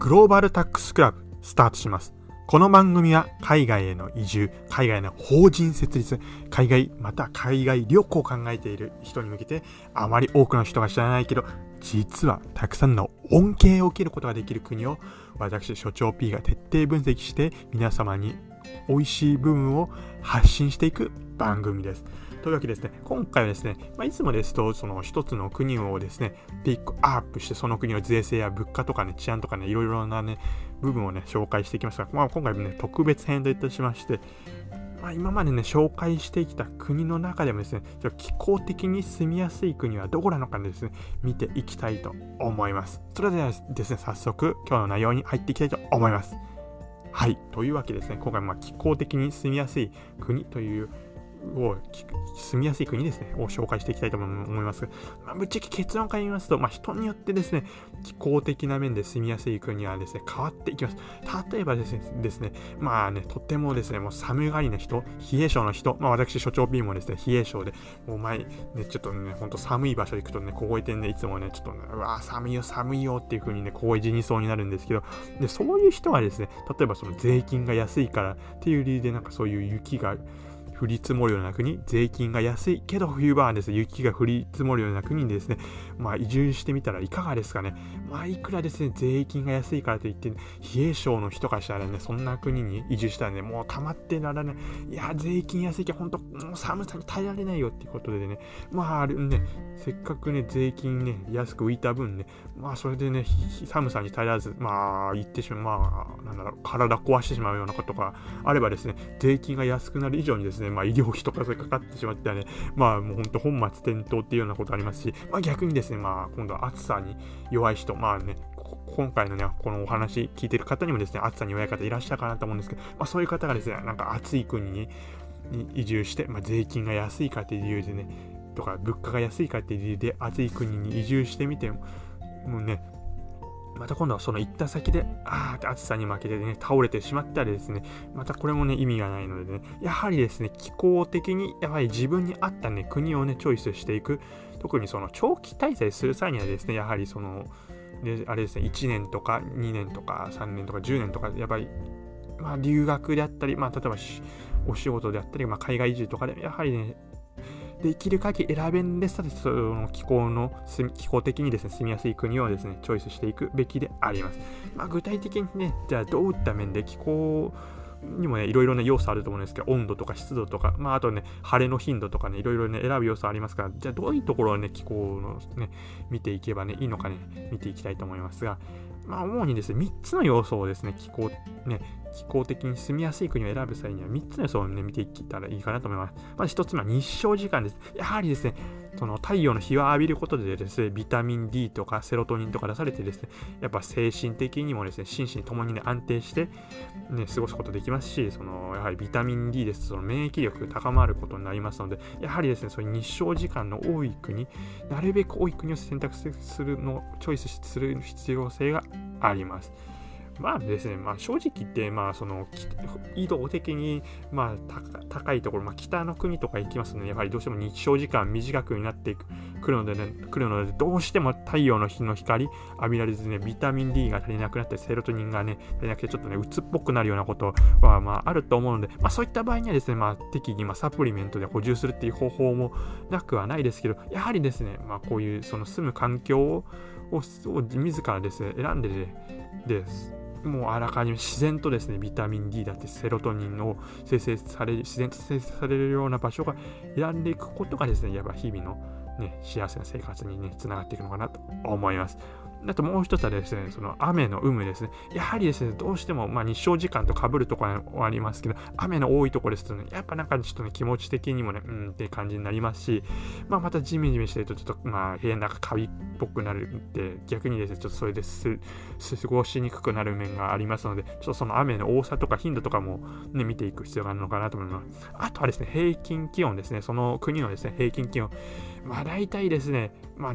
ローバルタックスクラブスタートします。この番組は海外への移住、海外の法人設立、海外また海外旅行を考えている人に向けて、あまり多くの人が知らないけど実はたくさんの恩恵を受けることができる国を私所長 P が徹底分析して皆様に美味しい部分を発信していく番組です。というわけでですね、今回はですね、いつもですとその一つの国をですねピックアップして、その国の税制や物価とかね、治安とかね、いろいろなね部分をね紹介していきますが、今回もね特別編といたしまして、今までね紹介してきた国の中でもですね、気候的に住みやすい国はどこなのかですね見ていきたいと思います。それではですね、早速今日の内容に入っていきたいと思います。はい、というわけですね、今回気候的に住みやすい国という住みやすい国ですねを紹介していきたいと思いますが、ぶっちゃけ結論から言いますと、人によってですね気候的な面で住みやすい国はですね変わっていきます。例えばですねとてもですねもう寒がりな人、冷え性の人、私所長 B もですね冷え性で、もう前ねちょっとねほんと寒い場所行くとね凍えてね、いつもねちょっとねうわ寒いよっていう風にね凍え死にそうになるんですけど、でそういう人はですね、例えばその税金が安いからっていう理由でそういう雪が降り積もるような国、税金が安いけど冬場はですね雪が降り積もるような国にですね移住してみたらいかがですかね。いくらですね税金が安いからといって、冷え性の人からしたらね、そんな国に移住したらねもうたまってならない、いや税金安いけど本当もう寒さに耐えられないよっていうことでね、せっかくね税金ね安く浮いた分ね、それでね寒さに耐えられず言ってしまう、体壊してしまうようなことがあればですね、税金が安くなる以上にですね医療費とかそれかかってしまってはね、もう本当本末転倒っていうようなことありますし、逆にですね今度は暑さに弱い人、今回のねこのお話聞いてる方にもですね暑さに弱い方いらっしゃるかなと思うんですけど、そういう方がですね暑い国に移住して、税金が安いかっていう理由でねとか物価が安いかっていう理由で暑い国に移住してみてもうね、また今度はその行った先で暑さに負けてね倒れてしまったりですね、またこれもね意味がないのでね、やはりですね気候的にやはり自分に合ったね国をねチョイスしていく。特にその長期滞在する際にはですね、やはりそのあれですね、1年とか2年とか3年とか10年とかやっぱり留学であったり、例えばお仕事であったり、海外移住とかでやはりねできる限り選べんですと、その気候的にですね住みやすい国をですねチョイスしていくべきであります。具体的にね、じゃあどういった面で気候にもねいろいろな要素あると思うんですけど、温度とか湿度とか、あとね晴れの頻度とかねいろいろね選ぶ要素ありますから、じゃあどういうところをね気候のね見ていけばねいいのかね見ていきたいと思いますが、主にですね3つの要素をですね気候的に住みやすい国を選ぶ際には3つの要素をね見ていけたらいいかなと思います。まず1つ目は日照時間です。やはりですねその太陽の日を浴びることでですねビタミン D とかセロトニンとか出されてですね、やっぱ精神的にもですね心身ともにね安定してね過ごすことできますし、そのやはりビタミン D ですとその免疫力高まることになりますので、やはりですねそういう日照時間の多い国、なるべく多い国を選択するのをチョイスする必要性があります。ですね、正直言って、その緯度的に、高いところ、北の国とか行きますので、やはりどうしても日照時間短くなってくるので、どうしても太陽の日の光浴びられずね、ビタミン D が足りなくなって、セロトニンがね、足りなくて、ちょっとね、鬱っぽくなるようなことは、あると思うので、そういった場合にはですね、適宜、サプリメントで補充するっていう方法もなくはないですけど、やはりですね、こういうその住む環境を自らですね、選んでもうあらかじめ自然とですねビタミン D だってセロトニンを自然と生成されるような場所が選んでいくことがですね、やっぱ日々のね幸せな生活にねつながっていくのかなと思います。あともう一つはですね、その雨の有無ですね。やはりですね、どうしても日照時間と被るところはありますけど、雨の多いところですとね、やっぱちょっとね、気持ち的にもね、って感じになりますし、またジメジメしてるとちょっと部屋の中カビっぽくなるんで、逆にですね、ちょっとそれで過ごしにくくなる面がありますので、ちょっとその雨の多さとか頻度とかもね、見ていく必要があるのかなと思います。あとはですね、平均気温ですね、その国のですね、平均気温。 大体ですね、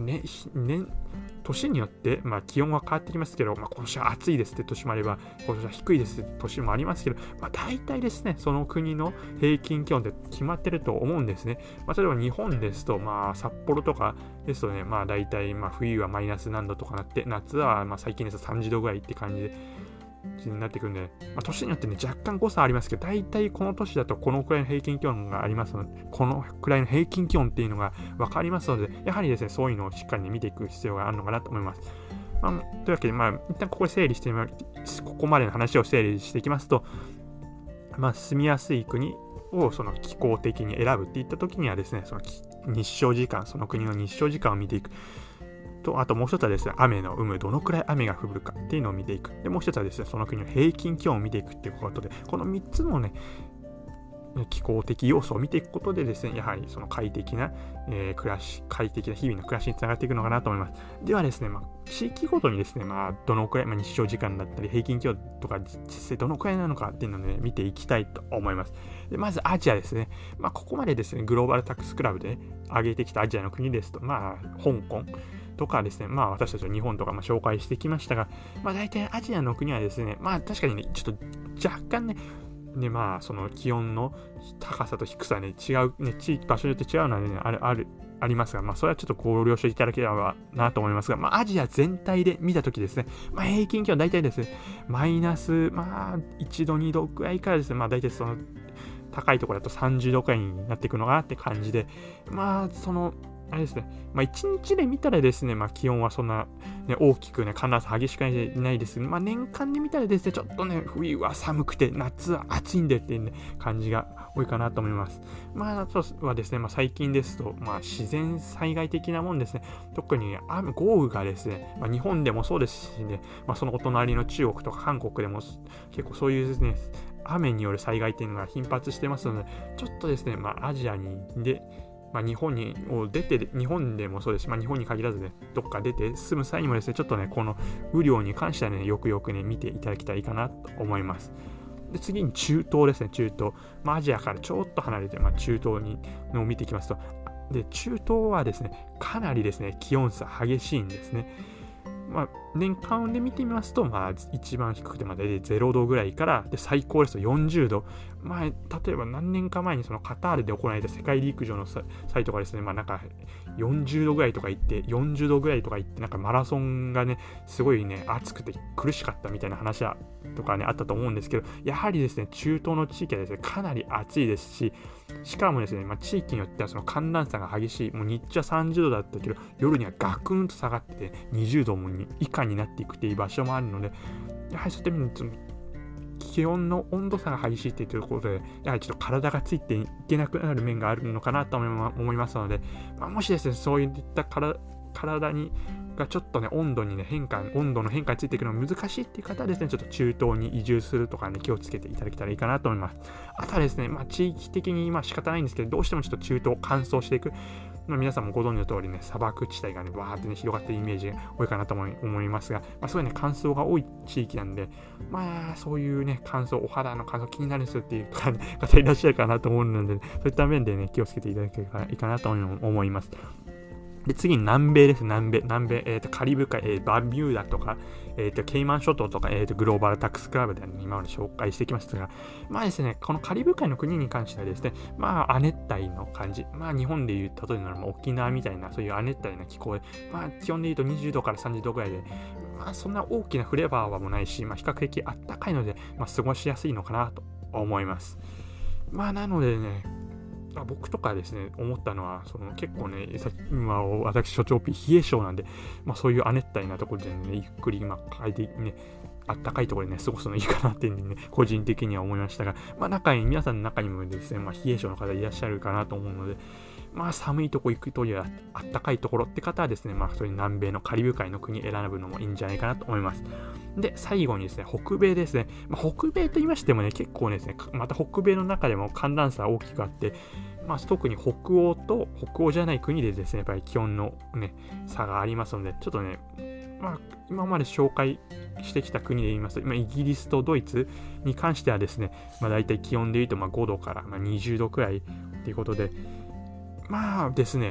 年によって、気温は変わってきますけど、今年は暑いですって年もあれば、今年は低いですって年もありますけど、大体ですね、その国の平均気温って決まってると思うんですね。例えば日本ですと、札幌とかですとね、大体、冬はマイナス何度とかなって、夏は最近ですと30度ぐらいって感じで、になってくるんで、年によってね、若干誤差ありますけど、大体この年だとこのくらいの平均気温がありますので、このくらいの平均気温っていうのが分かりますので、やはりですね、そういうのをしっかり、見ていく必要があるのかなと思います。というわけで、一旦ここで整理してここまでの話を整理していきますと、住みやすい国をその気候的に選ぶっていった時にはですね、その日照時間、その国の日照時間を見ていく。あともう一つはですね、雨の有無、どのくらい雨が降るかっていうのを見ていく。で、もう一つはですね、その国の平均気温を見ていくっていうことで、この3つのね、気候的要素を見ていくことでですね、やはりその快適な、快適な日々の暮らしにつながっていくのかなと思います。ではですね、地域ごとにですね、どのくらい、日照時間だったり、平均気温とか、実際どのくらいなのかっていうのをね、見ていきたいと思います。で、まずアジアですね。ここまでですね、グローバルタックスクラブで上げてきたアジアの国ですと、香港とかですね、私たちは日本とか紹介してきましたが、大体アジアの国はですね、確かにね、ちょっと若干ね、その気温の高さと低さね、違う、ね、地域、場所によって違うのはね、ありますが、それはちょっとご了承いただければなと思いますが、アジア全体で見たときですね、平均気温大体ですね、マイナス、1度、2度くらいからですね、大体その、高いところだと30度くらいになっていくのかなって感じで、その、あれですね、1日で見たらですね、気温はそんな、大きくね、寒暖差激しくないですけど、年間で見たらですね、ちょっとね、冬は寒くて、夏は暑いんでっていうね、感じが多いかなと思います。あとはですね、最近ですと、自然災害的なもんですね、特に豪雨がですね、日本でもそうですしね、そのお隣の中国とか韓国でも結構そういうですね、雨による災害っていうのが頻発してますので、ちょっとですね、アジアで、日本を出て、日本でもそうですし、日本に限らずね、どっか出て住む際にもですね、ちょっとね、この雨量に関してはね、よくよくね、見ていただきたいかなと思います。で、次に中東ですね、中東。アジアからちょっと離れて、中東を見ていきますと、で、中東はですね、かなりですね、気温差激しいんですね。年間で見てみますと、一番低くて大体0度ぐらいから、で、最高ですと40度。例えば何年か前にそのカタールで行われた世界陸上の際とかですね、なんか40度ぐらいとか行って、なんかマラソンがね、すごいね、暑くて苦しかったみたいな話とかね、あったと思うんですけど、やはりですね、中東の地域はですね、かなり暑いですし、しかもですね、地域によってはその寒暖差が激しい、もう日中は30度だったけど、夜にはガクンと下がってて、20度も以下になっていくっていう場所もあるので、やはりそういった意味で、気温の温度差が激しいっていうところで、やはりちょっと体がついていけなくなる面があるのかなと思いますので、もしですね、そういった体がちょっとね、温度の変化についていくのが難しいっていう方はですね、ちょっと中東に移住するとかね、気をつけていただけたらいいかなと思います。あとはですね、地域的に仕方ないんですけど、どうしてもちょっと中東乾燥していく。皆さんもご存知の通りね、砂漠地帯がね、わーってね、広がってるイメージが多いかなと思いますが、そういうね、乾燥が多い地域なんで、そういうね、お肌の乾燥気になる人っていう方いらっしゃるかなと思うので、そういった面でね、気をつけていただければいいかなと思います。で、次に南米です。南米、カリブ海、バミューダとか、ケイマン諸島とか、グローバルタックスクラブで、今まで紹介してきましたが、ですね、このカリブ海の国に関してはですね、亜熱帯の感じ、日本でいう、例えば沖縄みたいな、そういう亜熱帯な気候で、気温でいうと20度から30度ぐらいで、そんな大きなフレーバーはもないし、比較的あったかいので、過ごしやすいのかなと思います。なのでね、僕とかですね、思ったのは、結構ね、私、所長 P 冷え性なんで、そういう亜熱帯なところでね、ゆっくり、快適にね、あったかいところでね、過ごすのいいかなっていうね、個人的には思いましたが、皆さんの中にもですね、冷え性の方いらっしゃるかなと思うので、寒いとこ行くというあったかいところって方はですね、そういう南米のカリブ海の国選ぶのもいいんじゃないかなと思います。で、最後にですね、北米ですね。北米と言いましてもね、結構ですね、また北米の中でも寒暖差大きくあって、特に北欧と北欧じゃない国でですね、やっぱり気温のね、差がありますので、ちょっとね、今まで紹介してきた国で言いますと、イギリスとドイツに関してはですね、大体気温で言うと5度から20度くらいということで、ですね、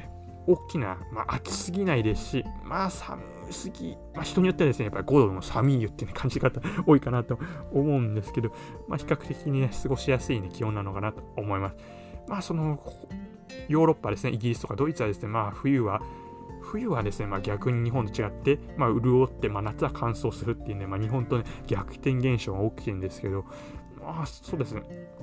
大きな、暑すぎないですし、寒すぎ、人によってはですね、やっぱり5度の寒いよっていう、感じ方多いかなと思うんですけど、比較的にね、過ごしやすいね、気温なのかなと思います。ヨーロッパですね、イギリスとかドイツはですね、冬はですね、逆に日本と違って、潤って、夏は乾燥するっていうね、日本とね、逆転現象が起きてるんですけど、そうですね、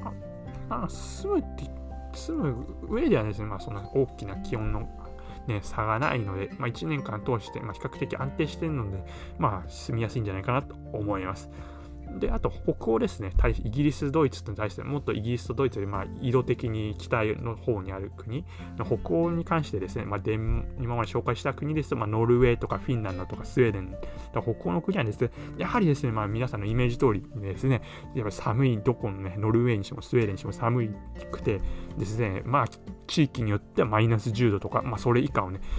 住む上ではですね、そんな大きな気温の、差がないので、1年間通して、比較的安定しているので、住みやすいんじゃないかなと思います。で、あと北欧ですね、イギリス、ドイツと対して、もっとイギリスとドイツより緯度的に北の方にある国、北欧に関してですね、今まで紹介した国ですと、ノルウェーとかフィンランドとかスウェーデン、北欧の国はですね、やはりですね、皆さんのイメージ通りにですね、やっぱり寒い、どこのね、ノルウェーにしてもスウェーデンにしても寒くてですね、地域によってはマイナス10度とか、それ以下をね、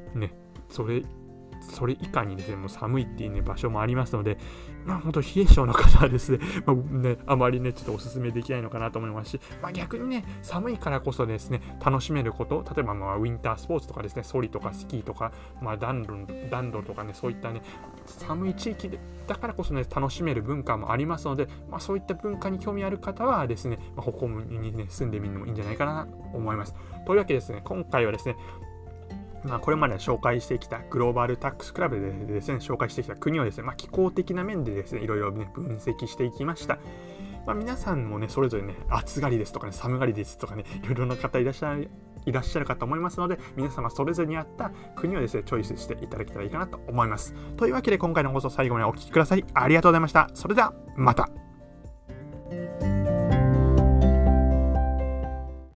それ以下にですね、もう寒いっていうね、場所もありますので、本当冷え性の方はですね、あまりね、ちょっとお勧めできないのかなと思いますし、逆にね、寒いからこそですね、楽しめること、例えばウィンタースポーツとかですね、ソリとかスキーとか、暖炉とかね、そういったね、寒い地域だからこそね、楽しめる文化もありますので、そういった文化に興味ある方はですね、北欧にね、住んでみるのもいいんじゃないかなと思います。というわけでですね、今回はですね、これまで紹介してきたグローバルタックスクラブでですね、紹介してきた国をですね、気候的な面でですね、いろいろね、分析していきました。皆さんもね、それぞれね、暑がりですとかね、寒がりですとかね、いろいろな方いらっしゃるかと思いますので、皆様それぞれに合った国をですね、チョイスしていただけたらいいかなと思います。というわけで、今回の放送最後までお聞きください。ありがとうございました。それでは、また。